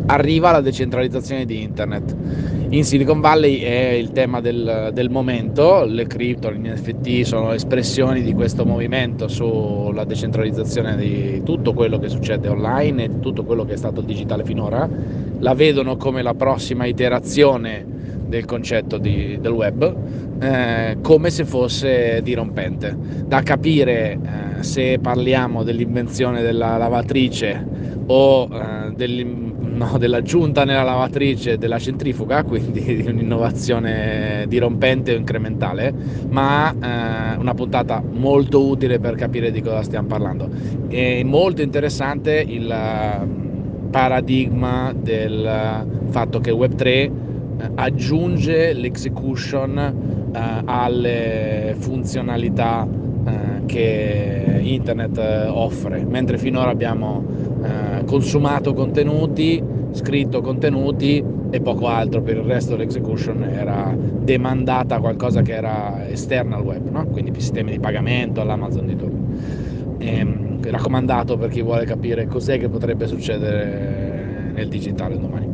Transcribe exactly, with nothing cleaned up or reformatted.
arriva la decentralizzazione di internet. In Silicon Valley è il tema del, del momento, le cripto, gli N F T sono espressioni di questo movimento sulla decentralizzazione di tutto quello che succede online e di tutto quello che è stato il digitale finora. La vedono come la prossima iterazione del concetto di, del web, eh, come se fosse dirompente. Da capire eh, se parliamo dell'invenzione della lavatrice o eh, dell'in- no, dell'aggiunta nella lavatrice della centrifuga, quindi di un'innovazione dirompente o incrementale, ma eh, una puntata molto utile per capire di cosa stiamo parlando. È molto interessante il paradigma del fatto che web tre eh, aggiunge l'execution eh, alle funzionalità eh, che internet eh, offre, mentre finora abbiamo eh, consumato contenuti, scritto contenuti e poco altro. Per il resto l'execution era demandata a qualcosa che era esterna al web, no? Quindi sistemi di pagamento, all'Amazon di tutto. E, raccomandato per chi vuole capire cos'è che potrebbe succedere nel digitale domani.